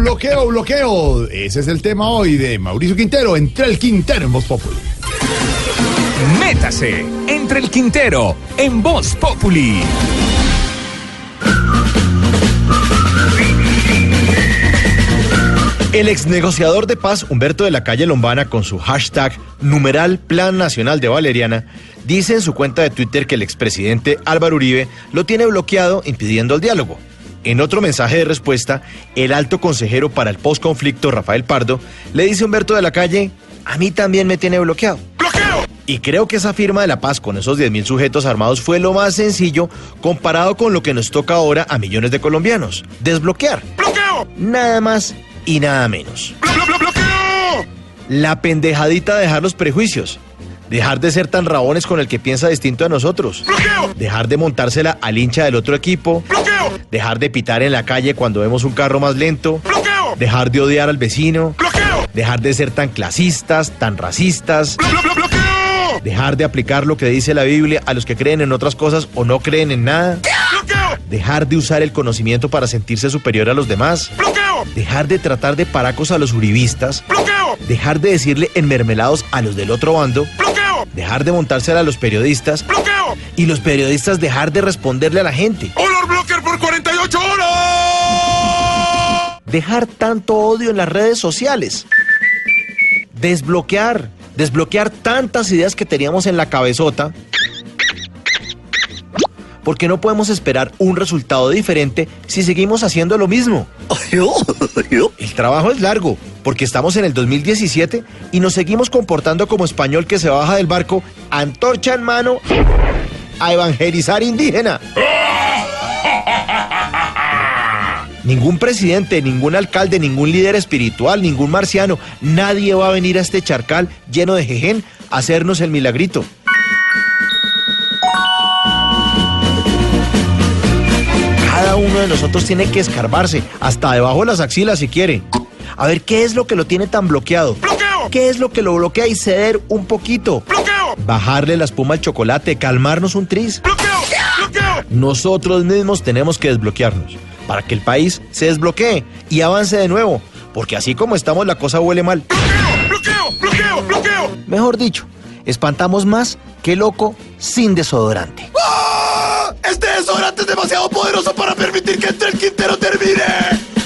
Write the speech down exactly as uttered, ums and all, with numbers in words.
bloqueo, bloqueo. Ese es el tema hoy de Mauricio Quintero, Entre el Quintero en Voz Populi. Métase Entre el Quintero en Voz Populi. El ex negociador de paz Humberto de la Calle Lombana, con su hashtag numeral Plan Nacional de Valeriana, dice en su cuenta de Twitter que el expresidente Álvaro Uribe lo tiene bloqueado, impidiendo el diálogo. En otro mensaje de respuesta, el alto consejero para el posconflicto, Rafael Pardo, le dice a Humberto de la Calle: a mí también me tiene bloqueado. ¡Bloqueo! Y creo que esa firma de la paz con esos diez mil sujetos armados fue lo más sencillo comparado con lo que nos toca ahora a millones de colombianos: desbloquear. ¡Bloqueo! Nada más y nada menos. ¡Bloqueo! La pendejadita de dejar los prejuicios. Dejar de ser tan rabones con el que piensa distinto a nosotros. ¡Bloqueo! Dejar de montársela al hincha del otro equipo. ¡Bloqueo! Dejar de pitar en la calle cuando vemos un carro más lento. ¡Bloqueo! Dejar de odiar al vecino. ¡Bloqueo! Dejar de ser tan clasistas, tan racistas. ¡Bloqueo! Dejar de aplicar lo que dice la Biblia a los que creen en otras cosas o no creen en nada. ¡Bloqueo! Dejar de usar el conocimiento para sentirse superior a los demás. ¡Bloqueo! Dejar de tratar de paracos a los uribistas. ¡Bloqueo! Dejar de decirle enmermelados a los del otro bando. ¡Bloqueo! Dejar de montársela a los periodistas. ¡Bloqueo! Y los periodistas dejar de responderle a la gente. ¡Olor Blocker por cuarenta y ocho horas! Dejar tanto odio en las redes sociales. Desbloquear. Desbloquear tantas ideas que teníamos en la cabezota. Porque no podemos esperar un resultado diferente si seguimos haciendo lo mismo. El trabajo es largo, porque estamos en el dos mil diecisiete y nos seguimos comportando como español que se baja del barco, antorcha en mano, a evangelizar indígena. Ningún presidente, ningún alcalde, ningún líder espiritual, ningún marciano, nadie va a venir a este charcal lleno de jején a hacernos el milagrito. Cada uno de nosotros tiene que escarbarse hasta debajo de las axilas si quiere. A ver qué es lo que lo tiene tan bloqueado. ¡Bloqueo! ¿Qué es lo que lo bloquea y ceder un poquito? ¡Bloqueo! Bajarle la espuma al chocolate, calmarnos un tris. ¡Bloqueo! ¡Bloqueo! Nosotros mismos tenemos que desbloquearnos para que el país se desbloquee y avance de nuevo, porque así como estamos la cosa huele mal. ¡Bloqueo! ¡Bloqueo! ¡Bloqueo! ¡Bloqueo! Mejor dicho, espantamos más que loco sin desodorante. ¡Ah! Este desodorante es demasiado poderoso para permitir que Entre el Quintero termine.